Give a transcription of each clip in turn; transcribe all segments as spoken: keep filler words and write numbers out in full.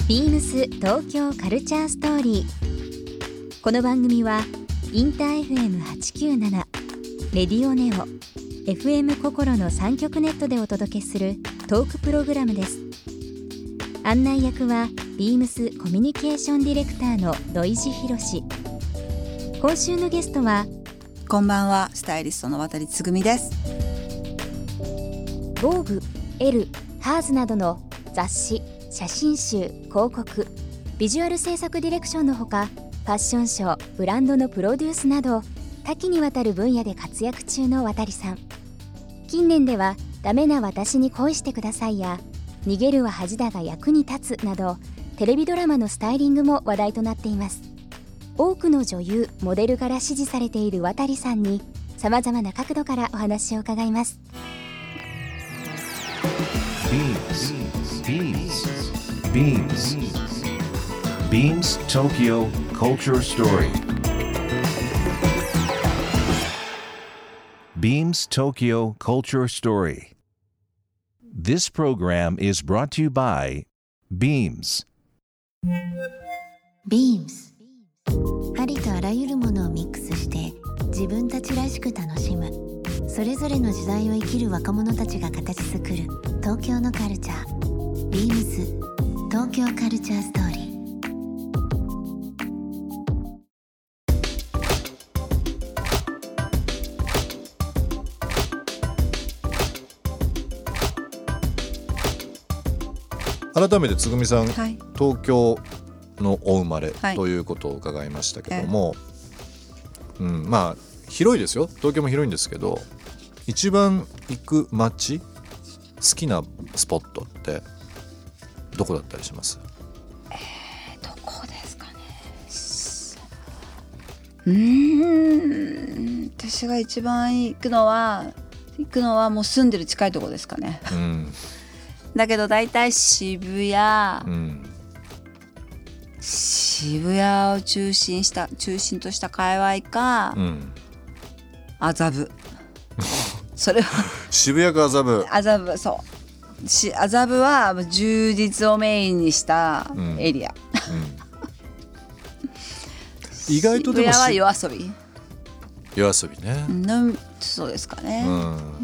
ビームス東京カルチャーストーリー。この番組はインター エフエムはちきゅうなな、レディオネオ、エフエム 心のさん局ネットでお届けするトークプログラムです。案内役はビームスコミュニケーションディレクターの土井博志。今週のゲストは、 こんばんは、スタイリストの渡つぐみです。 ボーグ、エル、ハーズなどの雑誌、写真集、広告、ビジュアル制作ディレクションのほか、ファッションショー、ブランドのプロデュースなど多岐にわたる分野で活躍中の渡さん。近年ではダメな私に恋してくださいや、逃げるは恥だが役に立つなど、テレビドラマのスタイリングも話題となっています。多くの女優、モデルから支持されている渡さんに、さまざまな角度からお話を伺います。 Beams Beams Tokyo Culture Story. Beams Tokyo Culture Story. This program is brought to you by Beams. Beams ありとあらゆるものをミックスして自分たちらしく楽しむ、それぞれの時代を生きる若者たちが形作る東京のカルチャー。 Beams 東京カルチャーストーリー。 改めてつぐみさん、 はい、 東京のお生まれはいということを伺いましたけども、えーうん、まあ広いですよ。東京も広いんですけど、一番行く街、好きなスポットってどこだったりします？ えー、どこですかね。うーん、私が一番行くのは行くのはもう住んでる近いところですかね、 うん、 だけどだいたい渋谷、 うん、 渋谷を中心した中心とした界隈か、 うん、 麻布それは渋谷か麻布。 麻布、そうし麻布は充実をメインにしたエリア、 うんうん、意外とでも渋谷は夜遊び夜遊びね、 のそうですかね、 うんうん、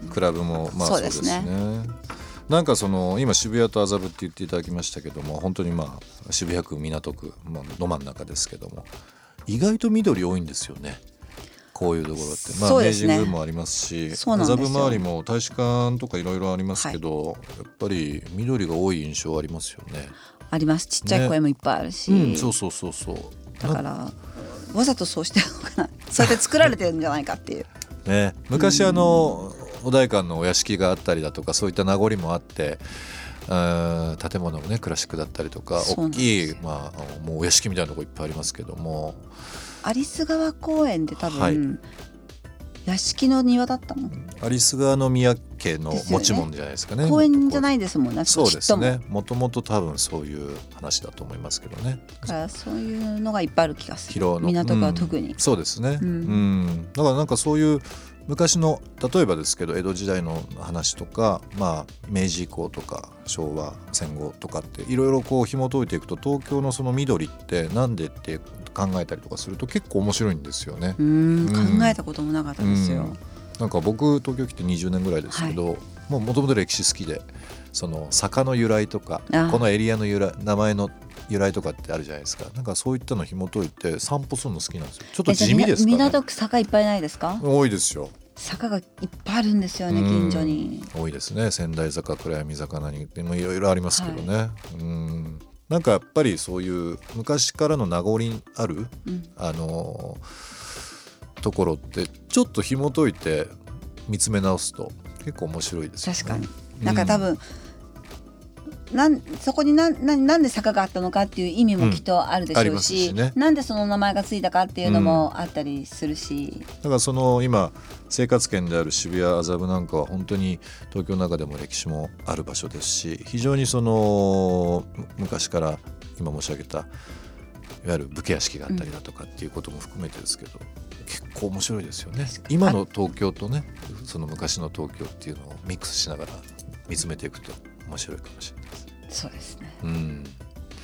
クラブもまあそうですね。なんかその今渋谷と麻布って言っていただきましたけども、本当にまあ渋谷区港区、まあ、ど真ん中ですけども、意外と緑多いんですよね、こういうところって。まあ、明治神宮もありますし、麻布周りも大使館とかいろいろありますけど、はい、やっぱり緑が多い印象ありますよね。 あります。ちっちゃい声もいっぱいあるし、 ね、うん、そうそうそうそう。 だからわざとそうしてるのかなそうやって作られてるんじゃないかっていうね、昔あの、うん、お代官のお屋敷があったりだとか、そういった名残もあって、あ建物もねクラシックだったりとか、大きい、まあ、もうお屋敷みたいなとこいっぱいありますけども、 有栖川公園で多分、はい、屋敷の庭だったの。有栖川宮家の持ち物じゃないですかね。 公園じゃないですもんね。 そうですね。もともと多分そういう話だと思いますけどね。 だからそういうのがいっぱいある気がする。 広の港区は特に、 うん、そうですね、 うんうん、だからなんかそういう昔の、例えばですけど江戸時代の話とか、まあ、明治以降とか昭和戦後とかっていろいろこう紐解いていくと、東京のその緑ってなんでって考えたりとかすると結構面白いんですよね。 うーん、うん、考えたこともなかったですよ、うん、 なんか僕東京来てにじゅうねんぐらいですけど、はい、もともと歴史好きで、その坂の由来とかこのエリアの由来、名前の由来とかってあるじゃないですか。なんかそういったの紐解いて散歩するの好きなんですよ。ちょっと地味ですかね。 港区坂いっぱいないですか？ 多いですよ。 坂がいっぱいあるんですよね、近所に。 多いですね。仙台坂、暗闇坂、何でもいろいろありますけどね、はい、うんなんかやっぱりそういう昔からの名残ある、うん、あのところってちょっと紐解いて見つめ直すと結構面白いですよね。 確かに。なんか多分、うんなんそこにな な, なんで坂があったのかっていう意味もきっとあるでしょうし、うんしね、なんでその名前がついたかっていうのもあったりするし、 うん、だからその今生活圏である渋谷麻布なんかは本当に東京の中でも歴史もある場所ですし、非常にその昔から今申し上げたいわゆる武家屋敷があったりだとかっていうことも含めてですけど、うん、結構面白いですよね。今の東京とね、その昔の東京っていうのをミックスしながら見つめていくと面白いかもしれないです。 そうですね、 うん、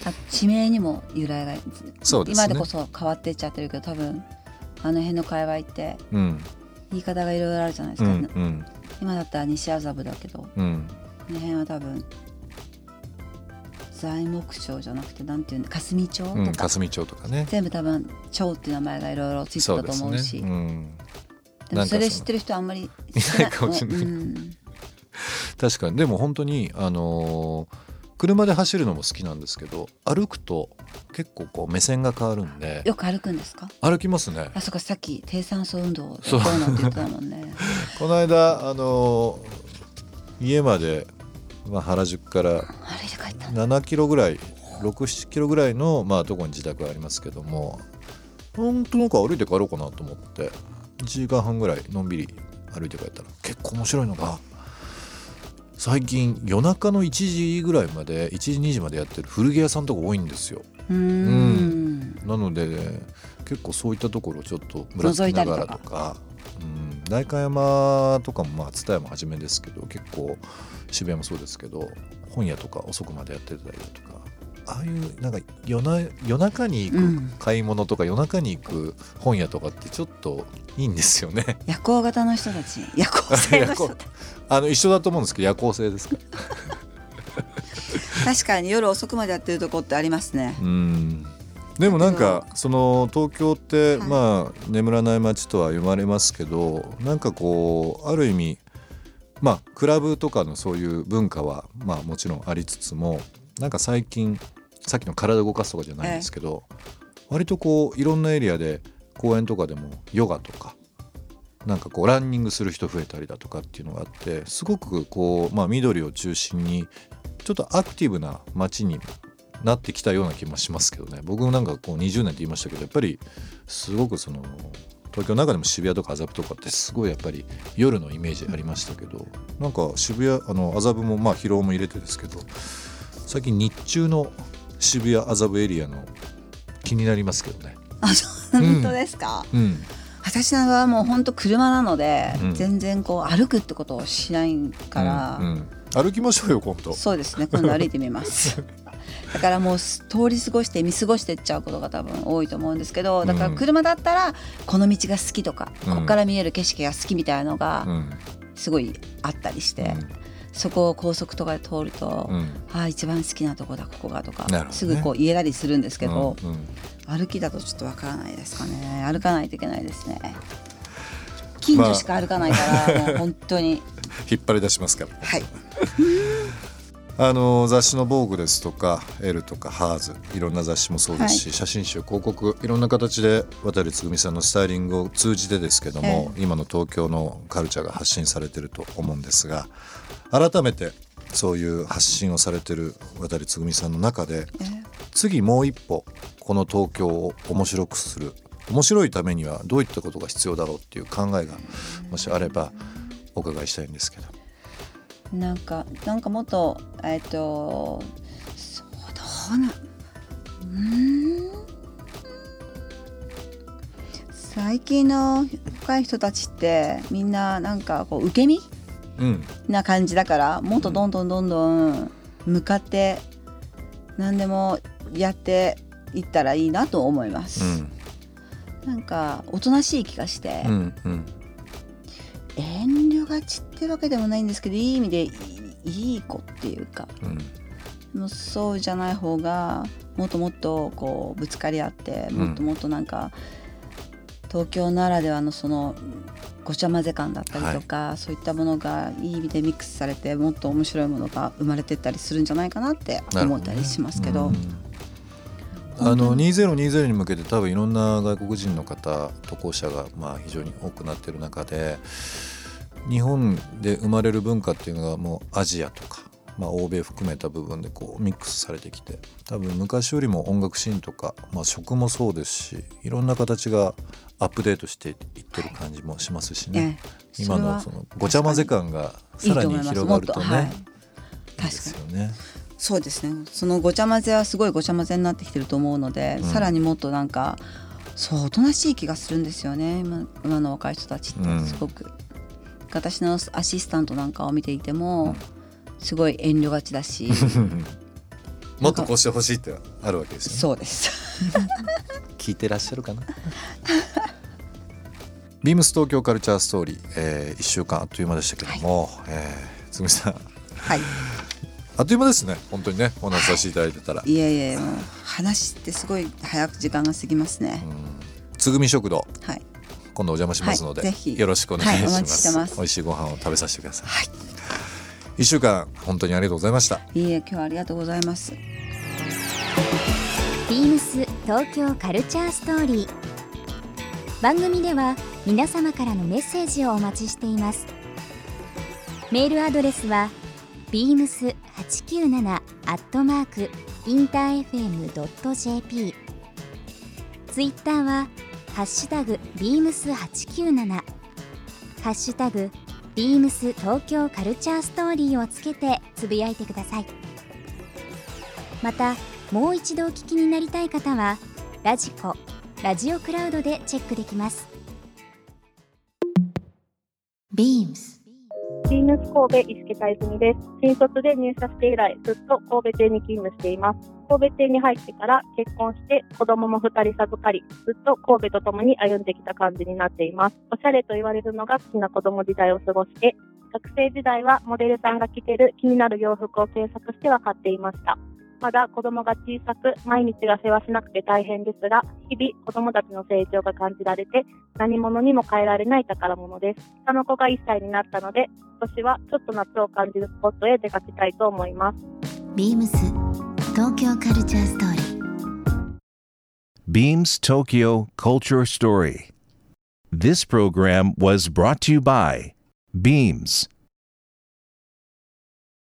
あ地名にも由来がそうですね、 今でこそ変わっていっちゃってるけど多分あの辺の界隈って言い方がいろいろあるじゃないですか、 うんうん、 今だったら西麻布だけど、 うん、 この辺は多分材木町じゃなくてなんていうの霞町とか、うん、 霞町とかね全部多分町っていう名前がいろいろついてたと思うし、 そうですね、うん、 でもそれ知ってる人はあんまりいないかもしれない、うん、確かに。でも本当にあのー、車で走るのも好きなんですけど歩くと結構こう目線が変わるんで。 よく歩くんですか？ 歩きますね。 あ、そっか、さっき低酸素運動でこうなんて言ってたもんねこの間あのー、家まで、まあ、原宿からななキロぐらいろく、ななキロぐらいの、まあ、とこに自宅がありますけども、本当なんか歩いて帰ろうかなと思っていちじかんはんぐらいのんびり歩いて帰ったら、結構面白いのが最近夜中のいちじぐらいまでいちじにじまでやってる古着屋さんとか多いんですよ。 うーん、うん、 なので、ね、結構そういったところをちょっとぶらつきながらとか、うん、代官山とかもまあ蔦屋も初めですけど結構渋谷もそうですけど本屋とか遅くまでやってたりだとか、ああいうなんか 夜な、夜中に行く買い物とか、うん、夜中に行く本屋とかってちょっといいんですよね。 夜行型の人たち、夜行性の人たちあの一緒だと思うんですけど夜行性ですか確かに夜遅くまでやってるとこってありますね。 うん、でもなんかその東京って、はい、まあ眠らない街とは呼ばれますけど、なんかこうある意味まあクラブとかのそういう文化はまあもちろんありつつも、なんか最近さっきの体動かすとかじゃないんですけど、ええ、割とこういろんなエリアで公園とかでもヨガとかなんかこうランニングする人増えたりだとかっていうのがあって、すごくこうまあ緑を中心にちょっとアクティブな街になってきたような気もしますけどね。僕もなんかこうにじゅうねんって言いましたけど、やっぱりすごくその東京の中でも渋谷とか麻布とかってすごいやっぱり夜のイメージありましたけど、なんか渋谷あの麻布もまあ広尾も入れてですけど、最近日中の渋谷麻布エリアの気になりますけどね。 あ、本当ですか？うん、うん、私はもう本当車なので、うん、全然こう歩くってことをしないから、 うんうん、歩きましょうよ今度。 そうですね、今度歩いてみますだからもう通り過ごして見過ごしていっちゃうことが多分多いと思うんですけど、だから車だったらこの道が好きとか、うん、ここから見える景色が好きみたいなのがすごいあったりして、うん、そこを高速とかで通ると、うん、あ、一番好きなとこだここがとか、ね、すぐこう言えたりするんですけど、うんうん、歩きだとちょっとわからないですかね。歩かないといけないですね。近所しか歩かないから、まあ、もう本当に引っ張り出しますから。 はいあの雑誌のボーグですとかエルとかハーズ、いろんな雑誌もそうですし、はい、写真集、広告、いろんな形で渡つぐみさんのスタイリングを通じてですけども、えー、今の東京のカルチャーが発信されてると思うんですが、改めてそういう発信をされてる渡つぐみさんの中で、えー、次もう一歩この東京を面白くする、面白いためにはどういったことが必要だろうっていう考えがもしあればお伺いしたいんですけど。 なんかなんかもっとえっとそうどうなうーん最近の若い人たちってみんななんかこう受け身、うん、な感じだから、もっとどんどんどんどん向かって何でもやっていったらいいなと思います、うん、なんかおとなしい気がして、うんうん、遠慮がちってわけでもないんですけど、いい意味でいい、いい子っていうか、うん、もうそうじゃない方がもっともっとこうぶつかり合って、もっともっとなんか、うん、東京ならではのそのごちゃ混ぜ感だったりとか、はい、そういったものがいい意味でミックスされて、もっと面白いものが生まれていったりするんじゃないかなって思ったりしますけど、 あのにせんにじゅうに向けて多分いろんな外国人の方渡航者がまあ非常に多くなっている中で、日本で生まれる文化っていうのがもうアジアとか、まあ、欧米含めた部分でこうミックスされてきて、多分昔よりも音楽シーンとか、まあ、食もそうですし、いろんな形がアップデートしていってる感じもしますしね、はい、今のそのごちゃ混ぜ感がさらに広がるとね、いいいいですよね。 そうですね、そのごちゃ混ぜはすごいごちゃ混ぜになってきてると思うので、うん、さらにもっとなんかそうおとなしい気がするんですよね、 今, 今の若い人たちってすごく、うん、私のアシスタントなんかを見ていても、うん、すごい遠慮がちだしもっとこうしてほしいってあるわけですよね。 そうです聞いてらっしゃるかなビームス東京カルチャーストーリー、えー、いっしゅうかんあっという間でしたけども、はい、えー、つぐみさん、 はい、 あっという間ですね。本当にね、お話しさせていただいてたら、 いやいや、もう話ってすごい早く時間が過ぎますね。 うん、つぐみ食堂、はい、今度お邪魔しますので、はい、ぜひよろしくお願いします。はい、お待ちしてます。美味しいご飯を食べさせてください。はい、いっしゅうかん本当にありがとうございました。 いいえ、今日はありがとうございます。 ビームス東京カルチャーストーリー、番組では皆様からのメッセージをお待ちしています。メールアドレスは ビームスはちきゅうなな アットマーク インターエフエム ドット ジェーピー、 ツイッターはハッシュタグ ビームスはちきゅうなな、 ハッシュタグ ビームス東京カルチャーストーリーをつけてつぶやいてください。またもう一度お聞きになりたい方はラジコ、ラジオクラウドでチェックできます。 ビームスビームス神戸石毛田泉です。新卒で入社して以来ずっと神戸店に勤務しています。神戸店に入ってから結婚して子供もふたり授かり、ずっと神戸と共に歩んできた感じになっています。おしゃれと言われるのが好きな子供時代を過ごして、学生時代はモデルさんが着てる気になる洋服を検索しては買っていました。まだ子供が小さく毎日が世話しなくて大変ですが、日々子供たちの成長が感じられて何者にも変えられない宝物です。下の子がいっさいになったので、今年はちょっと夏を感じるスポットへ出かけたいと思います。 ビームス東京カルチャーストーリー Beams Tokyo Culture Story. This program was brought to you by Beams.